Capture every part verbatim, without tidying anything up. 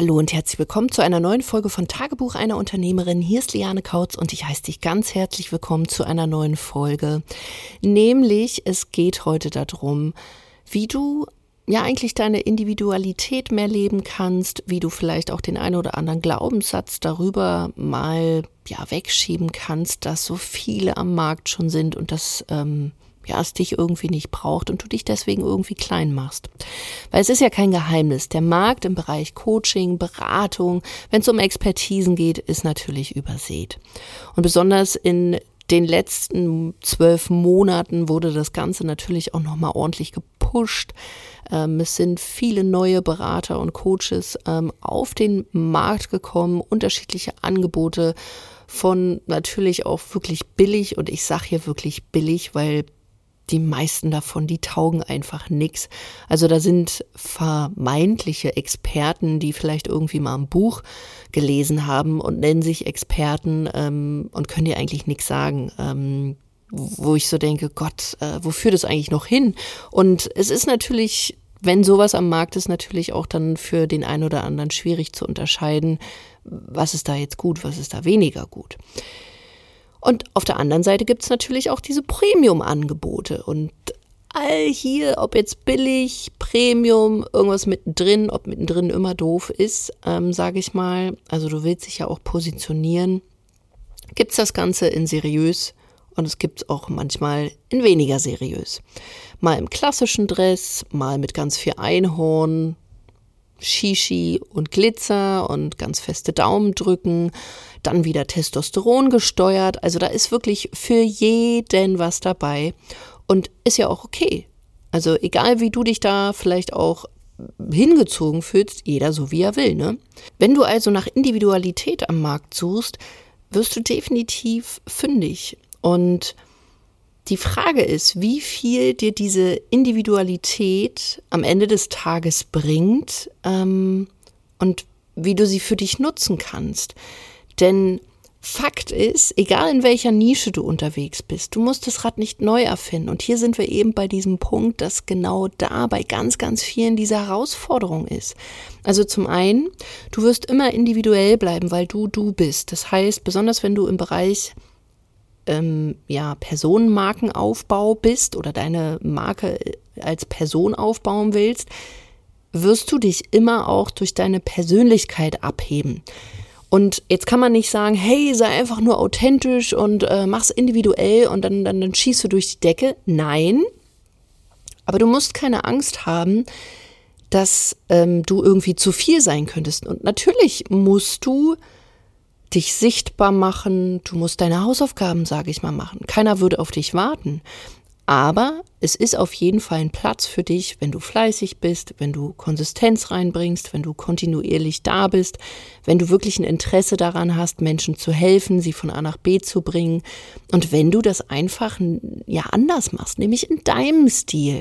Hallo und herzlich willkommen zu einer neuen Folge von Tagebuch einer Unternehmerin. Hier ist Liane Kautz und ich heiße dich ganz herzlich willkommen zu einer neuen Folge. Nämlich, es geht heute darum, wie du ja eigentlich deine Individualität mehr leben kannst, wie du vielleicht auch den einen oder anderen Glaubenssatz darüber mal ja wegschieben kannst, dass so viele am Markt schon sind und dass ähm, ja, es dich irgendwie nicht braucht und du dich deswegen irgendwie klein machst. Weil es ist ja kein Geheimnis, der Markt im Bereich Coaching, Beratung, wenn es um Expertisen geht, ist natürlich übersät. Und besonders in den letzten zwölf Monaten wurde das Ganze natürlich auch nochmal ordentlich gepusht. Ähm, es sind viele neue Berater und Coaches ähm, auf den Markt gekommen, unterschiedliche Angebote von natürlich auch wirklich billig, und ich sage hier wirklich billig, weil die meisten davon, die taugen einfach nix. Also da sind vermeintliche Experten, die vielleicht irgendwie mal ein Buch gelesen haben und nennen sich Experten ähm, und können dir eigentlich nichts sagen. Ähm, wo ich so denke, Gott, äh, wo führt das eigentlich noch hin? Und es ist natürlich, wenn sowas am Markt ist, natürlich auch dann für den einen oder anderen schwierig zu unterscheiden, was ist da jetzt gut, was ist da weniger gut. Und auf der anderen Seite gibt es natürlich auch diese Premium-Angebote und all hier, ob jetzt billig, Premium, irgendwas mittendrin, ob mittendrin immer doof ist, ähm, sage ich mal, also du willst dich ja auch positionieren, gibt es das Ganze in seriös und es gibt es auch manchmal in weniger seriös. Mal im klassischen Dress, mal mit ganz viel Einhorn, Shishi und Glitzer und ganz feste Daumen drücken, dann wieder Testosteron gesteuert. Also da ist wirklich für jeden was dabei und ist ja auch okay. Also egal wie du dich da vielleicht auch hingezogen fühlst, jeder so wie er will, ne? Wenn du also nach Individualität am Markt suchst, wirst du definitiv fündig. Und die Frage ist, wie viel dir diese Individualität am Ende des Tages bringt ähm, und wie du sie für dich nutzen kannst. Denn Fakt ist, egal in welcher Nische du unterwegs bist, du musst das Rad nicht neu erfinden. Und hier sind wir eben bei diesem Punkt, dass genau da bei ganz, ganz vielen diese Herausforderung ist. Also zum einen, du wirst immer individuell bleiben, weil du du bist. Das heißt, besonders wenn du im Bereich Ähm, ja, Personenmarkenaufbau bist oder deine Marke als Person aufbauen willst, wirst du dich immer auch durch deine Persönlichkeit abheben. Und jetzt kann man nicht sagen, hey, sei einfach nur authentisch und äh, mach's individuell und dann, dann, dann schießt du durch die Decke. Nein, aber du musst keine Angst haben, dass ähm, du irgendwie zu viel sein könntest. Und natürlich musst du dich sichtbar machen, du musst deine Hausaufgaben, sage ich mal, machen. Keiner würde auf dich warten. Aber es ist auf jeden Fall ein Platz für dich, wenn du fleißig bist, wenn du Konsistenz reinbringst, wenn du kontinuierlich da bist, wenn du wirklich ein Interesse daran hast, Menschen zu helfen, sie von A nach B zu bringen. Und wenn du das einfach ja anders machst, nämlich in deinem Stil.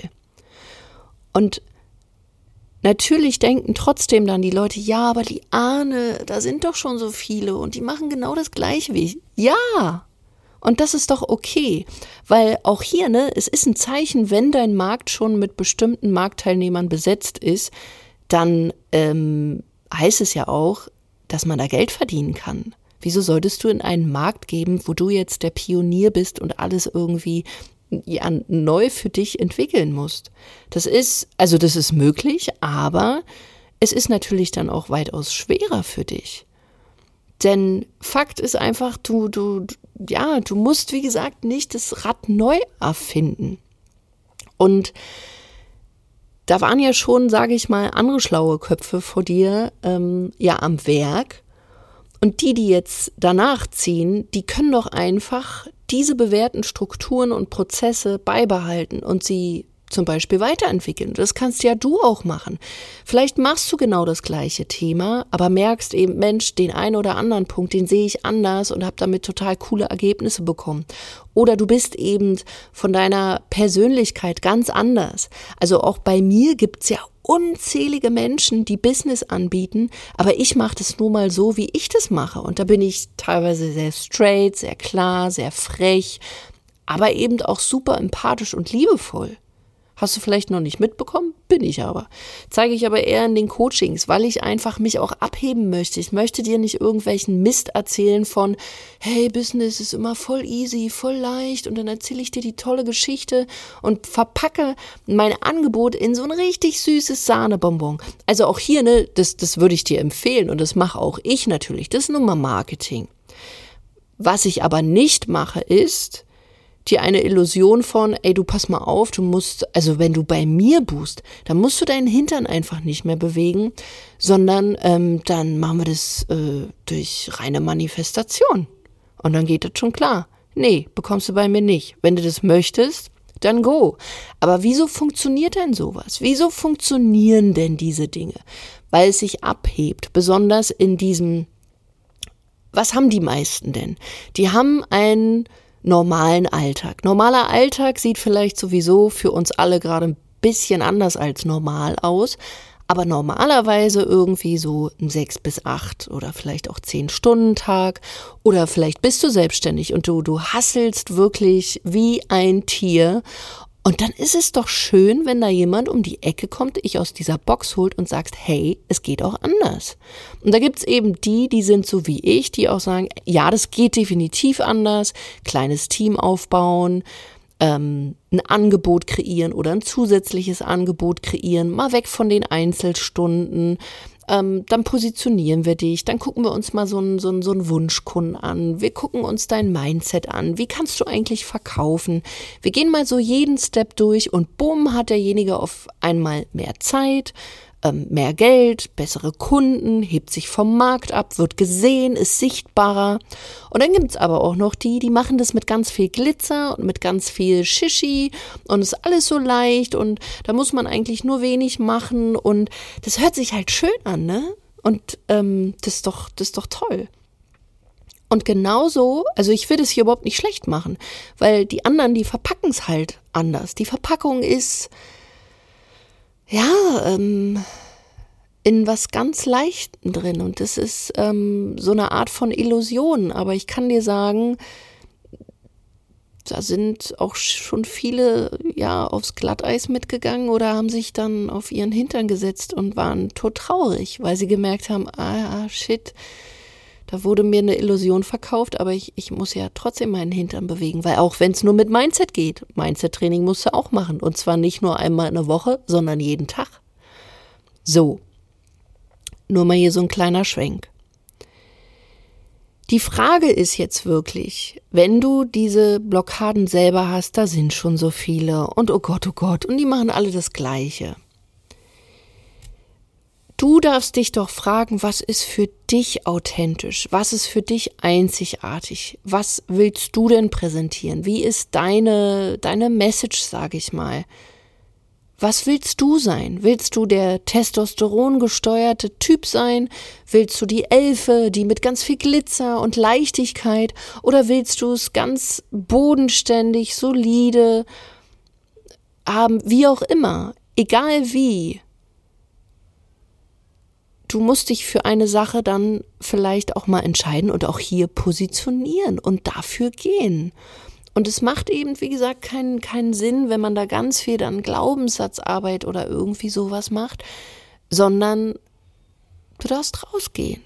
Und natürlich denken trotzdem dann die Leute, ja, aber Liane, da sind doch schon so viele und die machen genau das Gleiche wie ich. Ja, und das ist doch okay, weil auch hier, ne, es ist ein Zeichen, wenn dein Markt schon mit bestimmten Marktteilnehmern besetzt ist, dann ähm, heißt es ja auch, dass man da Geld verdienen kann. Wieso solltest du in einen Markt geben, wo du jetzt der Pionier bist und alles irgendwie ja, neu für dich entwickeln musst? Das ist, also das ist möglich, aber es ist natürlich dann auch weitaus schwerer für dich. Denn Fakt ist einfach, du, du, ja, du musst, wie gesagt, nicht das Rad neu erfinden. Und da waren ja schon, sage ich mal, andere schlaue Köpfe vor dir ähm, ja am Werk. Und die, die jetzt danach ziehen, die können doch einfach diese bewährten Strukturen und Prozesse beibehalten und sie zum Beispiel weiterentwickeln. Das kannst ja du auch machen. Vielleicht machst du genau das gleiche Thema, aber merkst eben, Mensch, den einen oder anderen Punkt, den sehe ich anders und habe damit total coole Ergebnisse bekommen. Oder du bist eben von deiner Persönlichkeit ganz anders. Also auch bei mir gibt's ja unzählige Menschen, die Business anbieten, aber ich mache das nur mal so, wie ich das mache. Und da bin ich teilweise sehr straight, sehr klar, sehr frech, aber eben auch super empathisch und liebevoll. Hast du vielleicht noch nicht mitbekommen? Bin ich aber. Zeige ich aber eher in den Coachings, weil ich einfach mich auch abheben möchte. Ich möchte dir nicht irgendwelchen Mist erzählen von, hey, Business ist immer voll easy, voll leicht und dann erzähle ich dir die tolle Geschichte und verpacke mein Angebot in so ein richtig süßes Sahnebonbon. Also auch hier, ne, das, das würde ich dir empfehlen und das mache auch ich natürlich. Das ist nun mal Marketing. Was ich aber nicht mache, ist dir eine Illusion von, ey, du pass mal auf, du musst, also wenn du bei mir buchst, dann musst du deinen Hintern einfach nicht mehr bewegen, sondern ähm, dann machen wir das äh, durch reine Manifestation. Und dann geht das schon klar. Nee, bekommst du bei mir nicht. Wenn du das möchtest, dann go. Aber wieso funktioniert denn sowas? Wieso funktionieren denn diese Dinge? Weil es sich abhebt, besonders in diesem, was haben die meisten denn? Die haben einen normalen Alltag. Normaler Alltag sieht vielleicht sowieso für uns alle gerade ein bisschen anders als normal aus, aber normalerweise irgendwie so ein sechs bis acht oder vielleicht auch zehn Stunden Tag oder vielleicht bist du selbstständig und du, du hasselst wirklich wie ein Tier. Und dann ist es doch schön, wenn da jemand um die Ecke kommt, dich aus dieser Box holt und sagt, hey, es geht auch anders. Und da gibt's eben die, die sind so wie ich, die auch sagen, ja, das geht definitiv anders, kleines Team aufbauen, ähm, ein Angebot kreieren oder ein zusätzliches Angebot kreieren, mal weg von den Einzelstunden. Ähm, dann positionieren wir dich, dann gucken wir uns mal so einen, so einen, so einen Wunschkunden an, wir gucken uns dein Mindset an, wie kannst du eigentlich verkaufen, wir gehen mal so jeden Step durch und bumm, hat derjenige auf einmal mehr Zeit, ähm, mehr Geld, bessere Kunden, hebt sich vom Markt ab, wird gesehen, ist sichtbarer. Und dann gibt's aber auch noch die, die machen das mit ganz viel Glitzer und mit ganz viel Shishi und ist alles so leicht und da muss man eigentlich nur wenig machen und das hört sich halt schön an, ne? Und ähm, das ist doch, das ist doch toll. Und genauso, also ich will das hier überhaupt nicht schlecht machen, weil die anderen, die verpacken es halt anders. Die Verpackung ist ja, ähm, in was ganz Leichtem drin und das ist ähm, so eine Art von Illusion, aber ich kann dir sagen, da sind auch schon viele ja aufs Glatteis mitgegangen oder haben sich dann auf ihren Hintern gesetzt und waren todtraurig, weil sie gemerkt haben, ah, shit, da wurde mir eine Illusion verkauft, aber ich, ich muss ja trotzdem meinen Hintern bewegen, weil auch wenn es nur mit Mindset geht, Mindset-Training musst du auch machen und zwar nicht nur einmal in der Woche, sondern jeden Tag. So, nur mal hier so ein kleiner Schwenk. Die Frage ist jetzt wirklich, wenn du diese Blockaden selber hast, da sind schon so viele und oh Gott, oh Gott, und die machen alle das Gleiche. Du darfst dich doch fragen, was ist für dich authentisch? Was ist für dich einzigartig? Was willst du denn präsentieren? Wie ist deine, deine Message, sage ich mal? Was willst du sein? Willst du der testosterongesteuerte Typ sein? Willst du die Elfe, die mit ganz viel Glitzer und Leichtigkeit? Oder willst du es ganz bodenständig, solide haben? Wie auch immer, egal wie. Du musst dich für eine Sache dann vielleicht auch mal entscheiden und auch hier positionieren und dafür gehen. Und es macht eben, wie gesagt, keinen, keinen Sinn, wenn man da ganz viel dann Glaubenssatzarbeit oder irgendwie sowas macht, sondern du darfst rausgehen.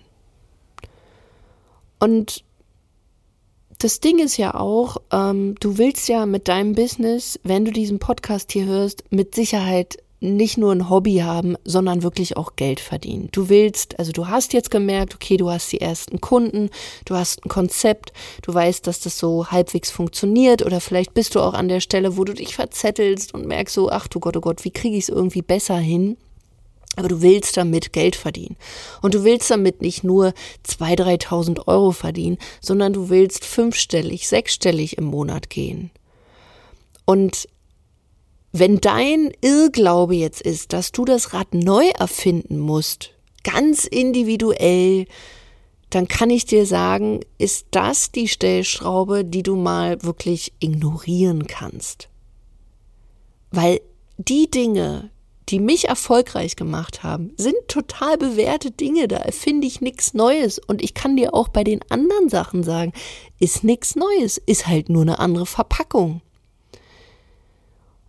Und das Ding ist ja auch, ähm, du willst ja mit deinem Business, wenn du diesen Podcast hier hörst, mit Sicherheit nicht nur ein Hobby haben, sondern wirklich auch Geld verdienen. Du willst, also du hast jetzt gemerkt, okay, du hast die ersten Kunden, du hast ein Konzept, du weißt, dass das so halbwegs funktioniert oder vielleicht bist du auch an der Stelle, wo du dich verzettelst und merkst so, ach du Gott, oh Gott, wie kriege ich es irgendwie besser hin? Aber du willst damit Geld verdienen. Und du willst damit nicht nur zweitausend, dreitausend Euro verdienen, sondern du willst fünfstellig, sechsstellig im Monat gehen. Und wenn dein Irrglaube jetzt ist, dass du das Rad neu erfinden musst, ganz individuell, dann kann ich dir sagen, ist das die Stellschraube, die du mal wirklich ignorieren kannst. Weil die Dinge, die mich erfolgreich gemacht haben, sind total bewährte Dinge, da erfinde ich nichts Neues. Und ich kann dir auch bei den anderen Sachen sagen, ist nichts Neues, ist halt nur eine andere Verpackung.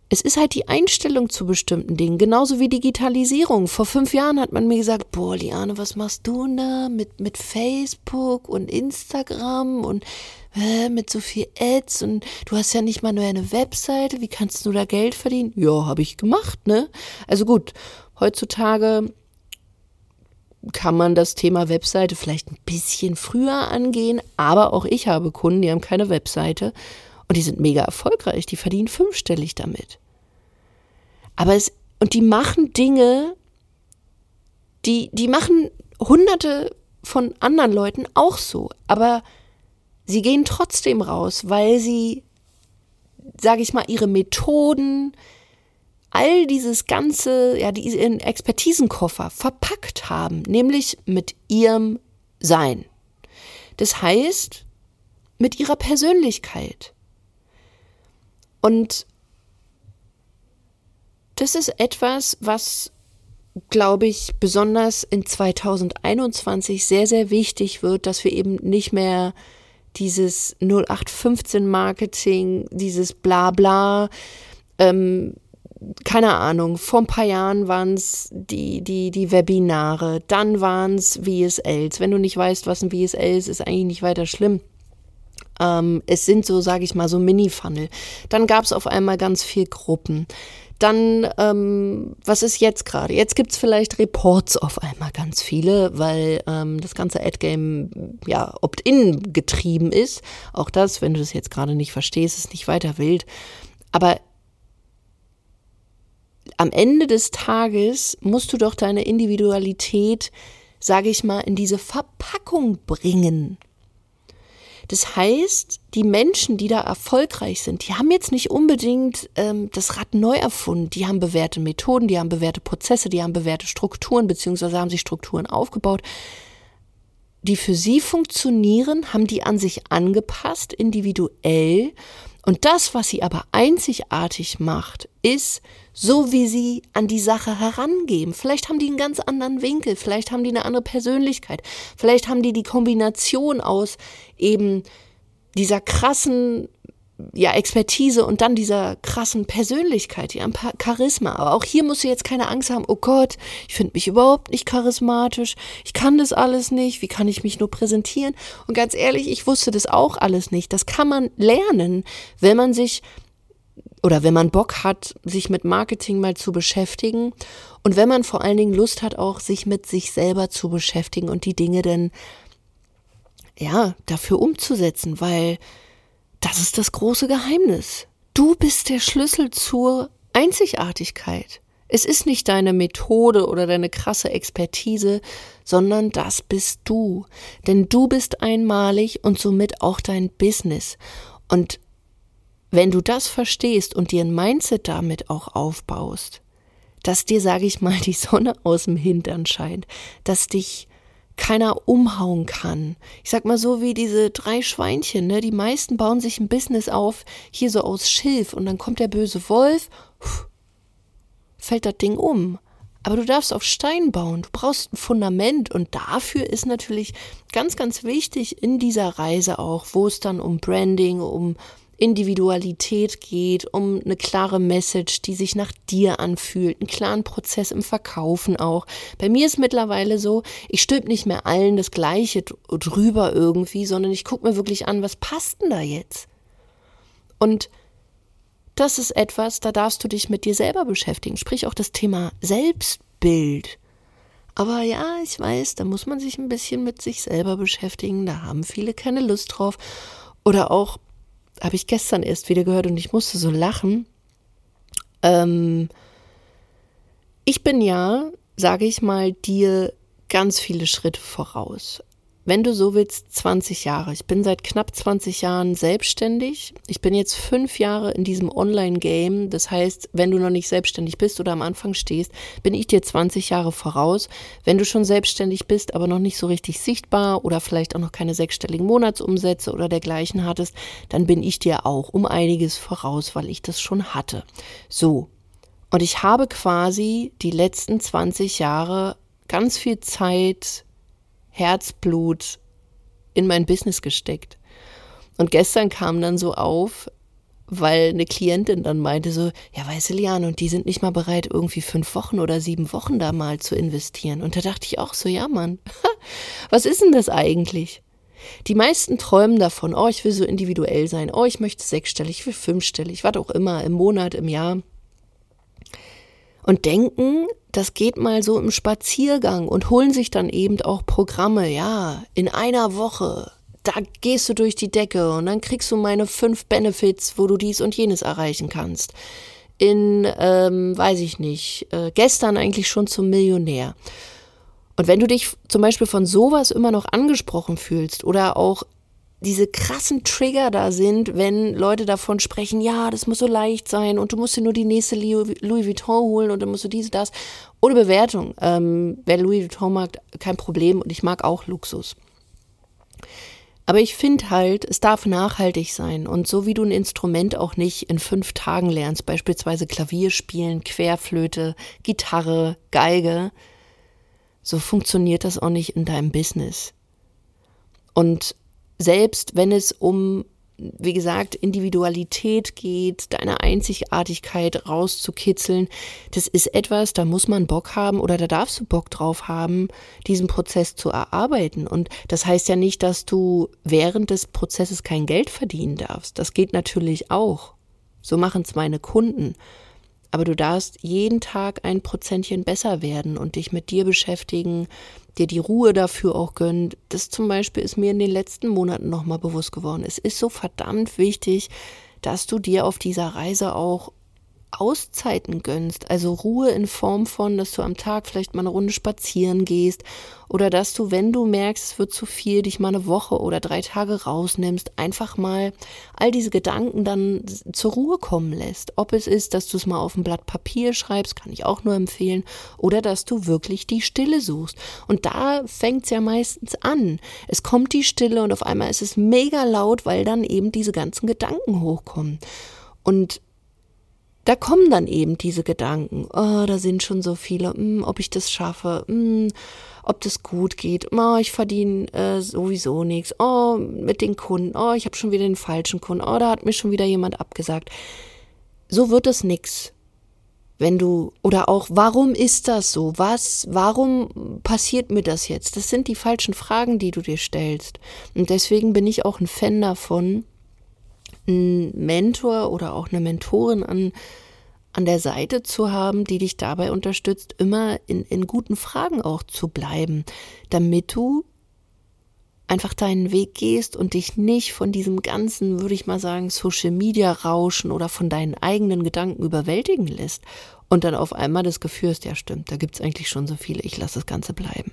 es ist halt die Einstellung zu bestimmten Dingen, genauso wie Digitalisierung. Vor fünf Jahren hat man mir gesagt, boah, Liane, was machst du denn da mit, mit Facebook und Instagram und äh, mit so viel Ads und du hast ja nicht mal nur eine Webseite, wie kannst du da Geld verdienen? Ja, habe ich gemacht, ne? Also gut, heutzutage kann man das Thema Webseite vielleicht ein bisschen früher angehen, aber auch ich habe Kunden, die haben keine Webseite. Und die sind mega erfolgreich, die verdienen fünfstellig damit. Aber es, und die machen Dinge, die, die machen hunderte von anderen Leuten auch so. Aber sie gehen trotzdem raus, weil sie, sage ich mal, ihre Methoden, all dieses ganze, ja, diesen Expertisenkoffer verpackt haben, nämlich mit ihrem Sein. Das heißt, mit ihrer Persönlichkeit. Und das ist etwas, was, glaube ich, besonders in zwanzig einundzwanzig sehr, sehr wichtig wird, dass wir eben nicht mehr dieses null acht fünfzehn Marketing, dieses Blabla, ähm, keine Ahnung, vor ein paar Jahren waren es die, die, die Webinare, dann waren es V S Ls. Wenn du nicht weißt, was ein V S L ist, ist eigentlich nicht weiter schlimm. Ähm, es sind so, sage ich mal, so Mini-Funnel. Dann gab es auf einmal ganz viel Gruppen. Dann, ähm, was ist jetzt gerade? Jetzt gibt es vielleicht Reports auf einmal ganz viele, weil ähm, das ganze Ad-Game ja Opt-in getrieben ist. Auch das, wenn du das jetzt gerade nicht verstehst, ist nicht weiter wild. Aber am Ende des Tages musst du doch deine Individualität, sage ich mal, in diese Verpackung bringen. Das heißt, die Menschen, die da erfolgreich sind, die haben jetzt nicht unbedingt ähm, das Rad neu erfunden. Die haben bewährte Methoden, die haben bewährte Prozesse, die haben bewährte Strukturen, beziehungsweise haben sich Strukturen aufgebaut, die für sie funktionieren, haben die an sich angepasst, individuell. Und das, was sie aber einzigartig macht, ist, so wie sie an die Sache herangehen. Vielleicht haben die einen ganz anderen Winkel, vielleicht haben die eine andere Persönlichkeit, vielleicht haben die die Kombination aus eben dieser krassen ja, Expertise und dann dieser krassen Persönlichkeit, die haben Charisma. Aber auch hier musst du jetzt keine Angst haben, oh Gott, ich finde mich überhaupt nicht charismatisch, ich kann das alles nicht, wie kann ich mich nur präsentieren? Und ganz ehrlich, ich wusste das auch alles nicht. Das kann man lernen, wenn man sich oder wenn man Bock hat, sich mit Marketing mal zu beschäftigen und wenn man vor allen Dingen Lust hat, auch sich mit sich selber zu beschäftigen und die Dinge dann ja dafür umzusetzen, weil das ist das große Geheimnis. Du bist der Schlüssel zur Einzigartigkeit. Es ist nicht deine Methode oder deine krasse Expertise, sondern das bist du. Denn du bist einmalig und somit auch dein Business. Und wenn du das verstehst und dir ein Mindset damit auch aufbaust, dass dir, sage ich mal, die Sonne aus dem Hintern scheint, dass dich keiner umhauen kann. Ich sag mal so wie diese drei Schweinchen, ne? Die meisten bauen sich ein Business auf, hier so aus Schilf und dann kommt der böse Wolf, pff, fällt das Ding um. Aber du darfst auf Stein bauen, du brauchst ein Fundament und dafür ist natürlich ganz, ganz wichtig in dieser Reise auch, wo es dann um Branding, um Individualität geht, um eine klare Message, die sich nach dir anfühlt, einen klaren Prozess im Verkaufen auch. Bei mir ist mittlerweile so, ich stülpe nicht mehr allen das Gleiche drüber irgendwie, sondern ich gucke mir wirklich an, was passt denn da jetzt? Und das ist etwas, da darfst du dich mit dir selber beschäftigen, sprich auch das Thema Selbstbild. Aber ja, ich weiß, da muss man sich ein bisschen mit sich selber beschäftigen, da haben viele keine Lust drauf. Oder auch habe ich gestern erst wieder gehört und ich musste so lachen. Ähm, ich bin ja, sage ich mal, dir ganz viele Schritte voraus. Wenn du so willst, zwanzig Jahre. Ich bin seit knapp zwanzig Jahren selbstständig. Ich bin jetzt fünf Jahre in diesem Online-Game. Das heißt, wenn du noch nicht selbstständig bist oder am Anfang stehst, bin ich dir zwanzig Jahre voraus. Wenn du schon selbstständig bist, aber noch nicht so richtig sichtbar oder vielleicht auch noch keine sechsstelligen Monatsumsätze oder dergleichen hattest, dann bin ich dir auch um einiges voraus, weil ich das schon hatte. So. Und ich habe quasi die letzten zwanzig Jahre ganz viel Zeit, Herzblut in mein Business gesteckt. Und gestern kam dann so auf, weil eine Klientin dann meinte so, ja, weißt du, Liane, und die sind nicht mal bereit, irgendwie fünf Wochen oder sieben Wochen da mal zu investieren. Und da dachte ich auch so, ja, Mann, was ist denn das eigentlich? Die meisten träumen davon, oh, ich will so individuell sein, oh, ich möchte sechsstellig, ich will fünfstellig, was auch immer, im Monat, im Jahr. Und denken, das geht mal so im Spaziergang und holen sich dann eben auch Programme, ja, in einer Woche. Da gehst du durch die Decke und dann kriegst du meine fünf Benefits, wo du dies und jenes erreichen kannst. In, ähm, weiß ich nicht, äh, gestern eigentlich schon zum Millionär. Und wenn du dich zum Beispiel von sowas immer noch angesprochen fühlst oder auch diese krassen Trigger da sind, wenn Leute davon sprechen, ja, das muss so leicht sein und du musst dir nur die nächste Louis Vuitton holen und dann musst du dies, das. Ohne Bewertung. Ähm, wer Louis Vuitton mag, kein Problem und ich mag auch Luxus. Aber ich finde halt, es darf nachhaltig sein und so wie du ein Instrument auch nicht in fünf Tagen lernst, beispielsweise Klavier spielen, Querflöte, Gitarre, Geige, so funktioniert das auch nicht in deinem Business. Und selbst wenn es um, wie gesagt, Individualität geht, deine Einzigartigkeit rauszukitzeln, das ist etwas, da muss man Bock haben oder da darfst du Bock drauf haben, diesen Prozess zu erarbeiten. Und das heißt ja nicht, dass du während des Prozesses kein Geld verdienen darfst. Das geht natürlich auch. So machen es meine Kunden. Aber du darfst jeden Tag ein Prozentchen besser werden und dich mit dir beschäftigen, dir die Ruhe dafür auch gönnen. Das zum Beispiel ist mir in den letzten Monaten nochmal bewusst geworden. Es ist so verdammt wichtig, dass du dir auf dieser Reise auch Auszeiten gönnst, also Ruhe in Form von, dass du am Tag vielleicht mal eine Runde spazieren gehst oder dass du, wenn du merkst, es wird zu viel, dich mal eine Woche oder drei Tage rausnimmst, einfach mal all diese Gedanken dann zur Ruhe kommen lässt. Ob es ist, dass du es mal auf ein Blatt Papier schreibst, kann ich auch nur empfehlen, oder dass du wirklich die Stille suchst. Und da fängt es ja meistens an. Es kommt die Stille und auf einmal ist es mega laut, weil dann eben diese ganzen Gedanken hochkommen. Und da kommen dann eben diese Gedanken, oh, da sind schon so viele, hm, ob ich das schaffe, hm, ob das gut geht, oh, ich verdiene äh, sowieso nichts, oh, mit den Kunden, oh, ich habe schon wieder den falschen Kunden, oh, da hat mir schon wieder jemand abgesagt. So wird es nix. Wenn du, oder auch, warum ist das so? Was, warum passiert mir das jetzt? Das sind die falschen Fragen, die du dir stellst. Und deswegen bin ich auch ein Fan davon, einen Mentor oder auch eine Mentorin an, an der Seite zu haben, die dich dabei unterstützt, immer in, in guten Fragen auch zu bleiben, damit du einfach deinen Weg gehst und dich nicht von diesem ganzen, würde ich mal sagen, Social-Media-Rauschen oder von deinen eigenen Gedanken überwältigen lässt und dann auf einmal das Gefühl hast, ja stimmt, da gibt es eigentlich schon so viele, ich lasse das Ganze bleiben.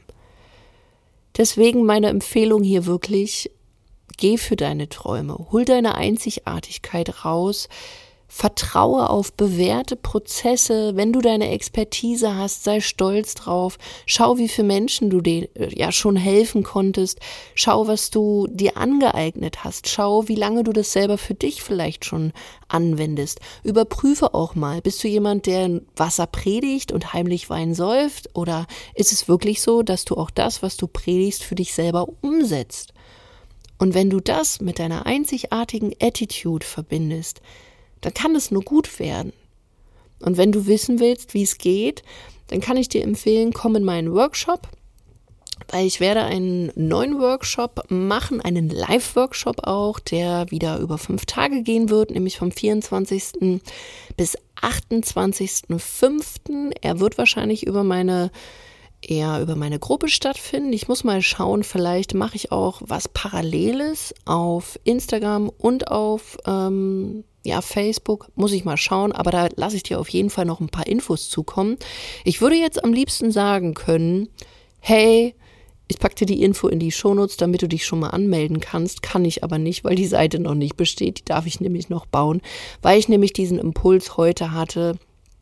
Deswegen meine Empfehlung hier wirklich, geh für deine Träume, hol deine Einzigartigkeit raus, vertraue auf bewährte Prozesse, wenn du deine Expertise hast, sei stolz drauf, schau, wie viele Menschen du dir ja schon helfen konntest, schau, was du dir angeeignet hast, schau, wie lange du das selber für dich vielleicht schon anwendest, überprüfe auch mal, bist du jemand, der Wasser predigt und heimlich Wein säuft, oder ist es wirklich so, dass du auch das, was du predigst, für dich selber umsetzt? Und wenn du das mit deiner einzigartigen Attitude verbindest, dann kann es nur gut werden. Und wenn du wissen willst, wie es geht, dann kann ich dir empfehlen, komm in meinen Workshop, weil ich werde einen neuen Workshop machen, einen Live-Workshop auch, der wieder über fünf Tage gehen wird, nämlich vom vierundzwanzigsten bis achtundzwanzigsten fünften Er wird wahrscheinlich über meine eher über meine Gruppe stattfinden. Ich muss mal schauen, vielleicht mache ich auch was Paralleles auf Instagram und auf ähm, ja, Facebook, muss ich mal schauen, aber da lasse ich dir auf jeden Fall noch ein paar Infos zukommen. Ich würde jetzt am liebsten sagen können, hey, ich packe dir die Info in die Shownotes, damit du dich schon mal anmelden kannst, kann ich aber nicht, weil die Seite noch nicht besteht, die darf ich nämlich noch bauen, weil ich nämlich diesen Impuls heute hatte,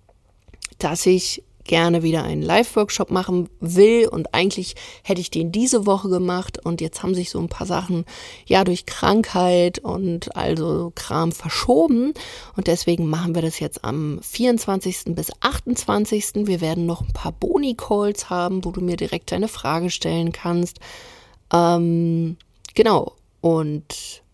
dass ich gerne wieder einen Live-Workshop machen will und eigentlich hätte ich den diese Woche gemacht und jetzt haben sich so ein paar Sachen ja durch Krankheit und also Kram verschoben und deswegen machen wir das jetzt am vierundzwanzigsten bis achtundzwanzigsten Wir werden noch ein paar Boni-Calls haben, wo du mir direkt deine Frage stellen kannst. Ähm, genau, und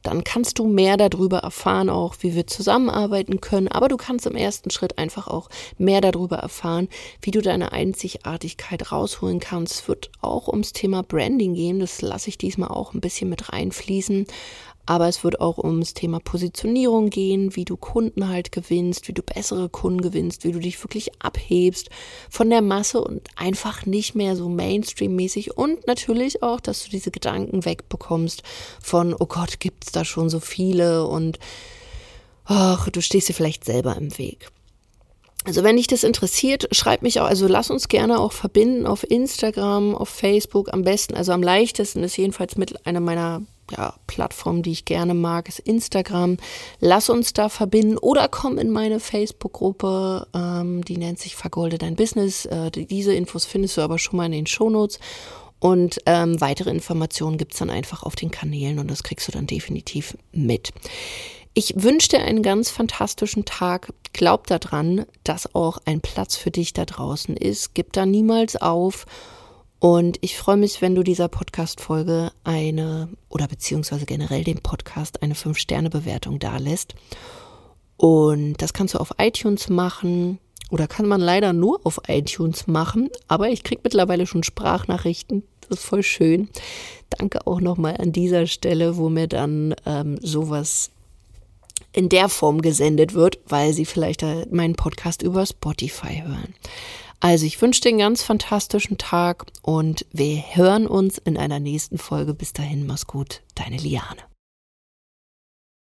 dann kannst du mehr darüber erfahren, auch wie wir zusammenarbeiten können. Aber du kannst im ersten Schritt einfach auch mehr darüber erfahren, wie du deine Einzigartigkeit rausholen kannst. Es wird auch ums Thema Branding gehen. Das lasse ich diesmal auch ein bisschen mit reinfließen. Aber es wird auch ums Thema Positionierung gehen, wie du Kunden halt gewinnst, wie du bessere Kunden gewinnst, wie du dich wirklich abhebst von der Masse und einfach nicht mehr so Mainstream-mäßig. Und natürlich auch, dass du diese Gedanken wegbekommst von, oh Gott, gibt's da schon so viele und ach, du stehst dir vielleicht selber im Weg. Also wenn dich das interessiert, schreib mich auch, also lass uns gerne auch verbinden auf Instagram, auf Facebook am besten. Also am leichtesten ist jedenfalls mit einer meiner ja, Plattformen, die ich gerne mag, ist Instagram. Lass uns da verbinden oder komm in meine Facebook-Gruppe, ähm, die nennt sich Vergolde dein Business. Äh, diese Infos findest du aber schon mal in den Shownotes. Und ähm, weitere Informationen gibt's dann einfach auf den Kanälen und das kriegst du dann definitiv mit. Ich wünsche dir einen ganz fantastischen Tag. Glaub daran, dass auch ein Platz für dich da draußen ist. Gib da niemals auf. Und ich freue mich, wenn du dieser Podcast-Folge eine oder beziehungsweise generell dem Podcast eine fünf Sterne Bewertung dalässt. Und das kannst du auf iTunes machen oder kann man leider nur auf iTunes machen. Aber ich kriege mittlerweile schon Sprachnachrichten. Das ist voll schön. Danke auch nochmal an dieser Stelle, wo mir dann ähm, sowas in der Form gesendet wird, weil sie vielleicht meinen Podcast über Spotify hören. Also ich wünsche dir einen ganz fantastischen Tag und wir hören uns in einer nächsten Folge. Bis dahin, mach's gut, deine Liane.